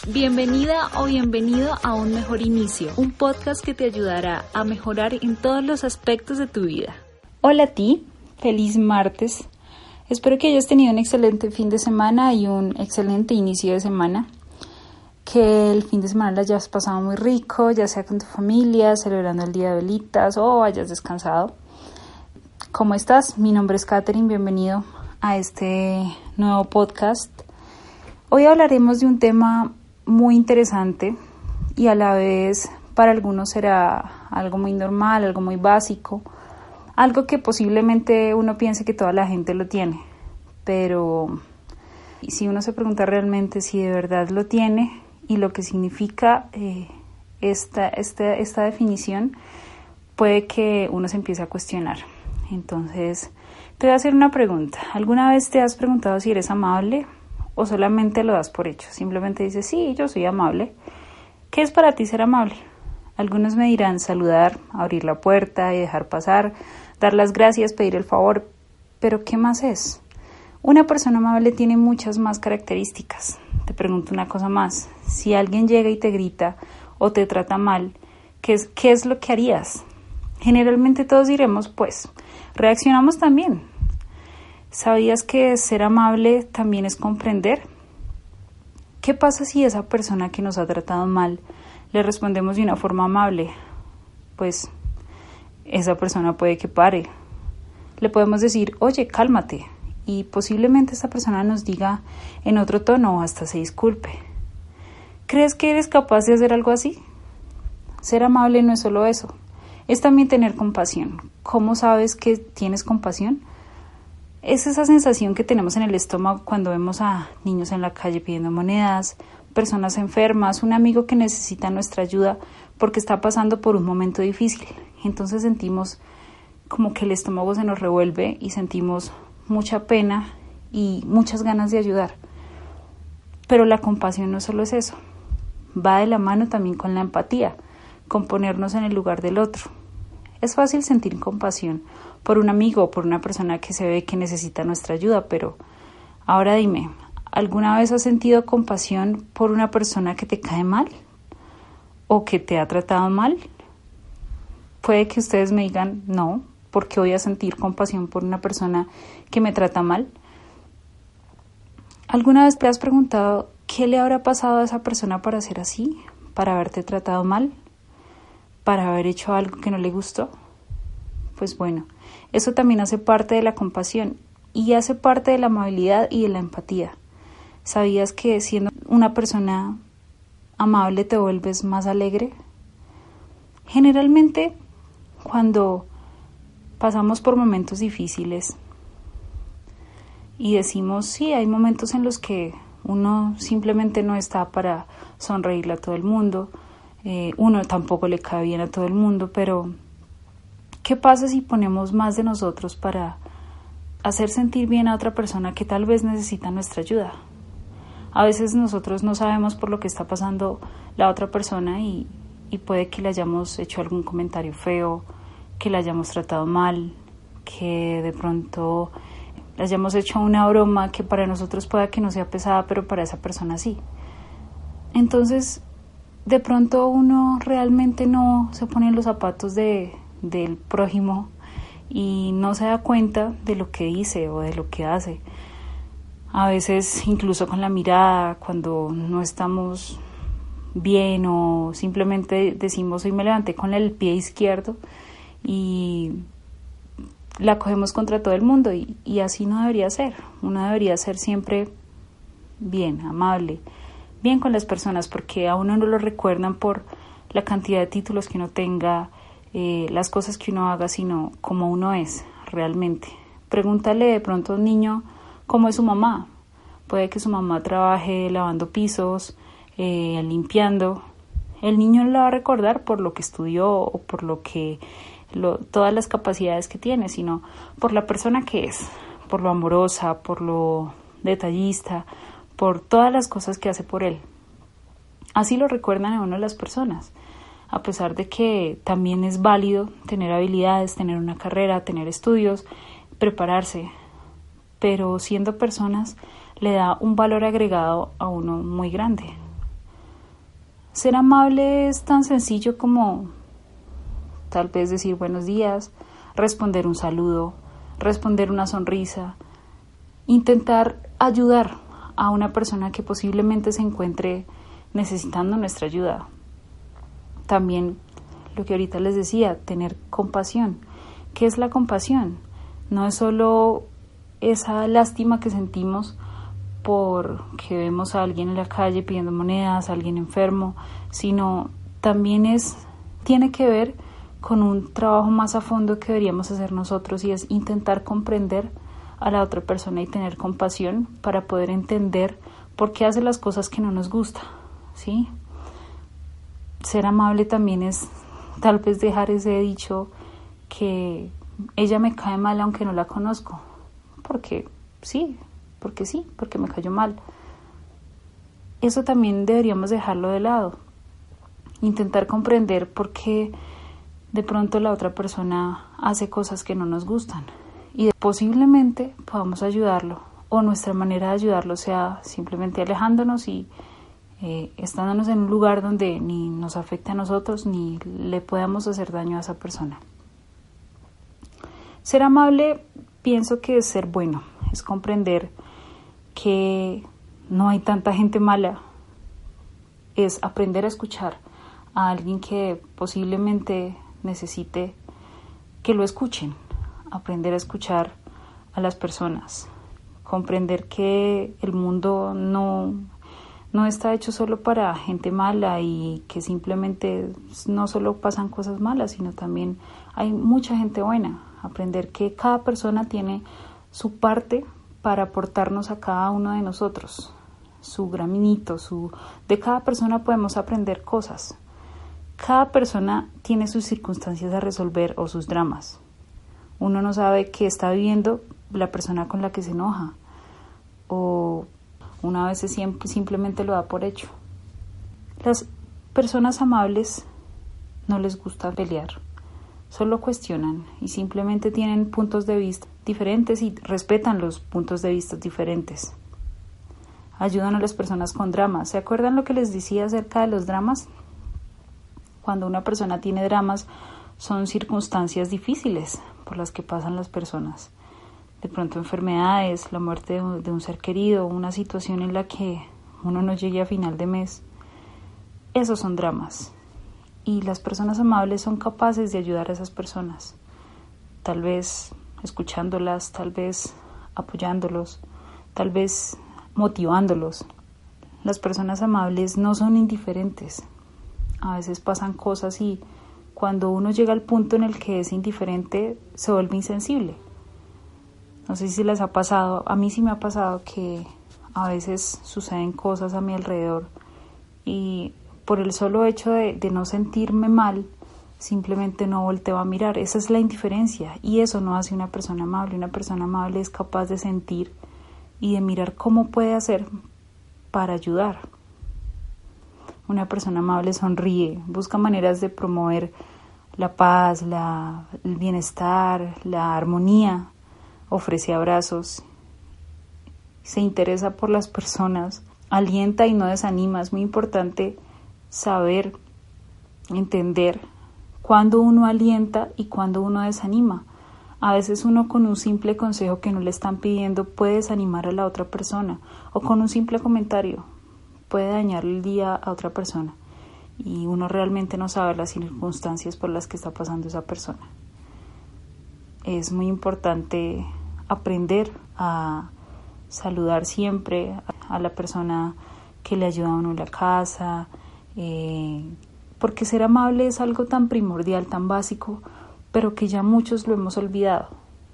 Bienvenida o bienvenido a Un Mejor Inicio, un podcast que te ayudará a mejorar en todos los aspectos de tu vida. Hola a ti, feliz martes. Espero que hayas tenido un excelente fin de semana y un excelente inicio de semana. Que el fin de semana lo hayas pasado muy rico, ya sea con tu familia, celebrando el Día de Velitas o hayas descansado. ¿Cómo estás? Mi nombre es Katherine, bienvenido a este nuevo podcast. Hoy hablaremos de un tema muy interesante y a la vez para algunos será algo muy normal, algo muy básico, algo que posiblemente uno piense que toda la gente lo tiene, pero si uno se pregunta realmente si de verdad lo tiene y lo que significa esta definición, puede que uno se empiece a cuestionar. Entonces, te voy a hacer una pregunta. ¿Alguna vez te has preguntado si eres amable? ¿O solamente lo das por hecho? Simplemente dices, sí, yo soy amable. ¿Qué es para ti ser amable? Algunos me dirán saludar, abrir la puerta y dejar pasar, dar las gracias, pedir el favor. ¿Pero qué más es? Una persona amable tiene muchas más características. Te pregunto una cosa más. Si alguien llega y te grita o te trata mal, ¿qué es lo que harías? Generalmente todos diremos, pues, reaccionamos también. ¿Sabías que ser amable también es comprender? ¿Qué pasa si esa persona que nos ha tratado mal le respondemos de una forma amable? Pues esa persona puede que pare. Le podemos decir, oye, cálmate. Y posiblemente esa persona nos diga en otro tono o hasta se disculpe. ¿Crees que eres capaz de hacer algo así? Ser amable no es solo eso. Es también tener compasión. ¿Cómo sabes que tienes compasión? Es esa sensación que tenemos en el estómago cuando vemos a niños en la calle pidiendo monedas, personas enfermas, un amigo que necesita nuestra ayuda porque está pasando por un momento difícil. Entonces sentimos como que el estómago se nos revuelve y sentimos mucha pena y muchas ganas de ayudar. Pero la compasión no solo es eso, va de la mano también con la empatía, con ponernos en el lugar del otro. Es fácil sentir compasión por un amigo o por una persona que se ve que necesita nuestra ayuda, pero ahora dime, ¿alguna vez has sentido compasión por una persona que te cae mal o que te ha tratado mal? Puede que ustedes me digan, no, ¿por qué voy a sentir compasión por una persona que me trata mal? ¿Alguna vez te has preguntado qué le habrá pasado a esa persona para ser así, para haberte tratado mal, para haber hecho algo que no le gustó? Pues bueno, eso también hace parte de la compasión y hace parte de la amabilidad y de la empatía. ¿Sabías que siendo una persona amable te vuelves más alegre? Generalmente, cuando pasamos por momentos difíciles y decimos, sí, hay momentos en los que uno simplemente no está para sonreírle a todo el mundo, uno tampoco le cae bien a todo el mundo, pero ¿qué pasa si ponemos más de nosotros para hacer sentir bien a otra persona que tal vez necesita nuestra ayuda? A veces nosotros no sabemos por lo que está pasando la otra persona y puede que le hayamos hecho algún comentario feo, que le hayamos tratado mal, que de pronto le hayamos hecho una broma que para nosotros pueda que no sea pesada, pero para esa persona sí. Entonces, de pronto uno realmente no se pone en los zapatos del prójimo y no se da cuenta de lo que dice o de lo que hace. A veces incluso con la mirada, cuando no estamos bien o simplemente decimos hoy me levanté con el pie izquierdo y la cogemos contra todo el mundo y así no debería ser. Uno debería ser siempre bien, amable, bien con las personas, porque a uno no lo recuerdan por la cantidad de títulos que uno tenga, las cosas que uno haga, sino como uno es realmente. Pregúntale de pronto a un niño cómo es su mamá. Puede que su mamá trabaje lavando pisos, limpiando. El niño no lo va a recordar por lo que estudió o por todas las capacidades que tiene, sino por la persona que es, por lo amorosa, por lo detallista, por todas las cosas que hace por él. Así lo recuerdan a uno las personas, a pesar de que también es válido tener habilidades, tener una carrera, tener estudios, prepararse, pero siendo personas le da un valor agregado a uno muy grande. Ser amable es tan sencillo como tal vez decir buenos días, responder un saludo, responder una sonrisa, intentar ayudar a una persona que posiblemente se encuentre necesitando nuestra ayuda. También lo que ahorita les decía, tener compasión. ¿Qué es la compasión? No es solo esa lástima que sentimos porque vemos a alguien en la calle pidiendo monedas, a alguien enfermo, sino también tiene que ver con un trabajo más a fondo que deberíamos hacer nosotros, y es intentar comprender a la otra persona y tener compasión para poder entender por qué hace las cosas que no nos gusta, ¿sí? Ser amable también es tal vez dejar ese dicho que ella me cae mal aunque no la conozco, porque me cayó mal. Eso también deberíamos dejarlo de lado, intentar comprender por qué de pronto la otra persona hace cosas que no nos gustan y posiblemente podamos ayudarlo, o nuestra manera de ayudarlo sea simplemente alejándonos y estándonos en un lugar donde ni nos afecte a nosotros ni le podamos hacer daño a esa persona. Ser amable, pienso que es ser bueno, es comprender que no hay tanta gente mala, es aprender a escuchar a alguien que posiblemente necesite que lo escuchen, aprender a escuchar a las personas, comprender que el mundo no está hecho solo para gente mala y que simplemente no solo pasan cosas malas, sino también hay mucha gente buena. Aprender que cada persona tiene su parte para aportarnos a cada uno de nosotros, su granito, de cada persona podemos aprender cosas. Cada persona tiene sus circunstancias a resolver o sus dramas. Uno no sabe qué está viviendo la persona con la que se enoja, o una vez simplemente lo da por hecho. Las personas amables no les gusta pelear, solo cuestionan y simplemente tienen puntos de vista diferentes y respetan los puntos de vista diferentes. Ayudan a las personas con dramas. ¿Se acuerdan lo que les decía acerca de los dramas? Cuando una persona tiene dramas, son circunstancias difíciles por las que pasan las personas. De pronto enfermedades, la muerte de un ser querido, una situación en la que uno no llegue a final de mes. Esos son dramas. Y las personas amables son capaces de ayudar a esas personas. Tal vez escuchándolas, tal vez apoyándolos, tal vez motivándolos. Las personas amables no son indiferentes. A veces pasan cosas y cuando uno llega al punto en el que es indiferente, se vuelve insensible. No sé si les ha pasado, a mí sí me ha pasado que a veces suceden cosas a mi alrededor y por el solo hecho de no sentirme mal, simplemente no volteo a mirar. Esa es la indiferencia y eso no hace una persona amable. Una persona amable es capaz de sentir y de mirar cómo puede hacer para ayudar. Una persona amable sonríe, busca maneras de promover la paz, el bienestar, la armonía, ofrece abrazos, se interesa por las personas, alienta y no desanima. Es muy importante saber, entender cuándo uno alienta y cuándo uno desanima. A veces uno con un simple consejo que no le están pidiendo puede desanimar a la otra persona, o con un simple comentario puede dañarle el día a otra persona y uno realmente no sabe las circunstancias por las que está pasando esa persona. Es muy importante aprender a saludar siempre a la persona que le ayuda a uno en la casa, porque ser amable es algo tan primordial, tan básico, pero que ya muchos lo hemos olvidado.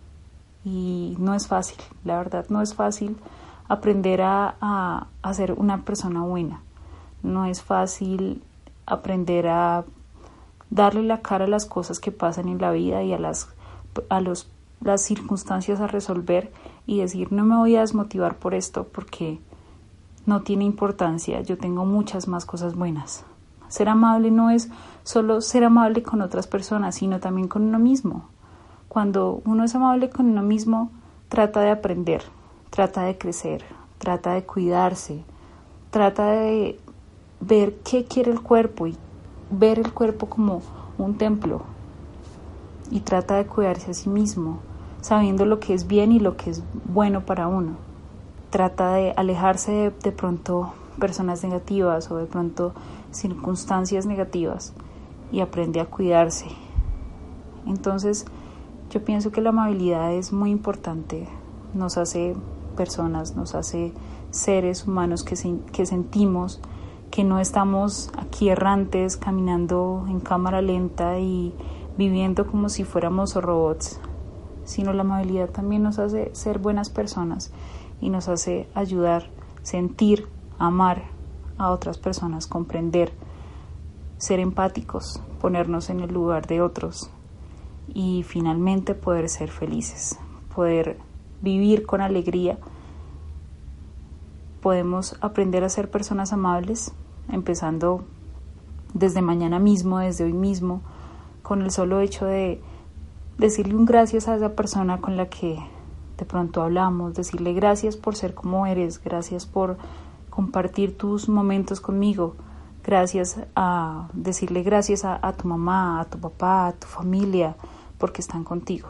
Y no es fácil, la verdad no es fácil aprender a ser una persona buena. No es fácil aprender a darle la cara a las cosas que pasan en la vida y a las circunstancias a resolver y decir no me voy a desmotivar por esto porque no tiene importancia, yo tengo muchas más cosas buenas. Ser amable no es solo ser amable con otras personas, sino también con uno mismo. Cuando uno es amable con uno mismo, trata de aprender, trata de crecer, trata de cuidarse, trata de ver qué quiere el cuerpo y ver el cuerpo como un templo, y trata de cuidarse a sí mismo, sabiendo lo que es bien y lo que es bueno para uno. Trata de alejarse de pronto personas negativas o de pronto circunstancias negativas y aprende a cuidarse. Entonces yo pienso que la amabilidad es muy importante, nos hace personas, nos hace seres humanos que sentimos, que no estamos aquí errantes, caminando en cámara lenta y viviendo como si fuéramos robots, sino la amabilidad también nos hace ser buenas personas y nos hace ayudar, sentir, amar a otras personas, comprender, ser empáticos, ponernos en el lugar de otros y finalmente poder ser felices, poder vivir con alegría. Podemos aprender a ser personas amables, empezando desde mañana mismo, desde hoy mismo, con el solo hecho de decirle un gracias a esa persona con la que de pronto hablamos, decirle gracias por ser como eres, gracias por compartir tus momentos conmigo, decirle gracias a tu mamá, a tu papá, a tu familia, porque están contigo.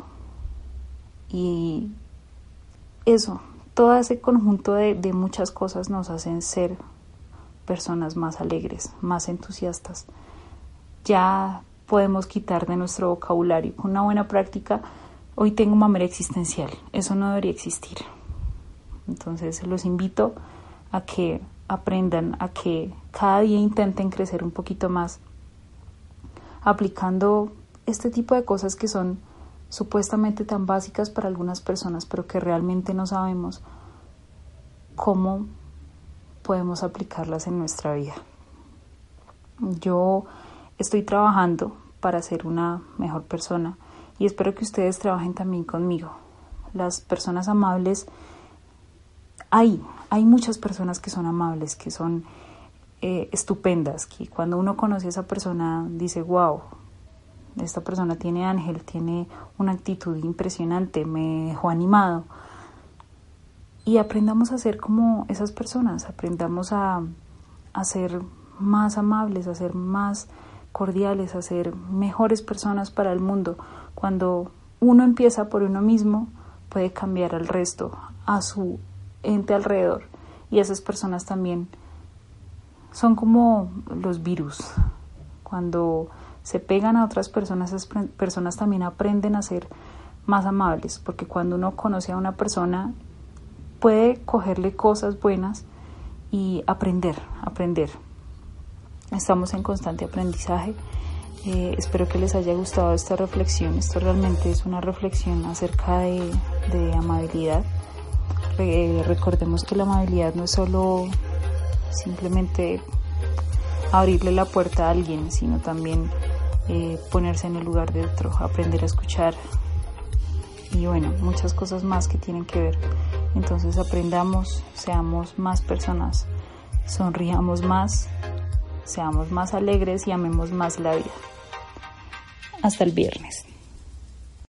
Y eso, todo ese conjunto de muchas cosas nos hacen ser personas más alegres, más entusiastas. Ya podemos quitar de nuestro vocabulario con una buena práctica: hoy tengo mamera existencial. Eso no debería existir. Entonces los invito a que aprendan, a que cada día intenten crecer un poquito más, aplicando este tipo de cosas que son supuestamente tan básicas para algunas personas, pero que realmente no sabemos cómo podemos aplicarlas en nuestra vida. Yo estoy trabajando para ser una mejor persona y espero que ustedes trabajen también conmigo. Las personas amables, hay muchas personas que son amables, que son estupendas, que cuando uno conoce a esa persona dice, wow, esta persona tiene ángel, tiene una actitud impresionante, me dejó animado. Y aprendamos a ser como esas personas, aprendamos a ser más amables, a ser más cordiales, a ser mejores personas para el mundo. Cuando uno empieza por uno mismo, puede cambiar al resto, a su ente alrededor. Y esas personas también son como los virus. Cuando se pegan a otras personas, esas personas también aprenden a ser más amables, porque cuando uno conoce a una persona, puede cogerle cosas buenas y aprender. Estamos en constante aprendizaje. Espero que les haya gustado esta reflexión. Esto realmente es una reflexión acerca de amabilidad. Recordemos que la amabilidad no es solo simplemente abrirle la puerta a alguien, sino también ponerse en el lugar de otro, aprender a escuchar y bueno, muchas cosas más que tienen que ver. Entonces aprendamos, seamos más personas, sonriamos más, seamos más alegres y amemos más la vida. Hasta el viernes.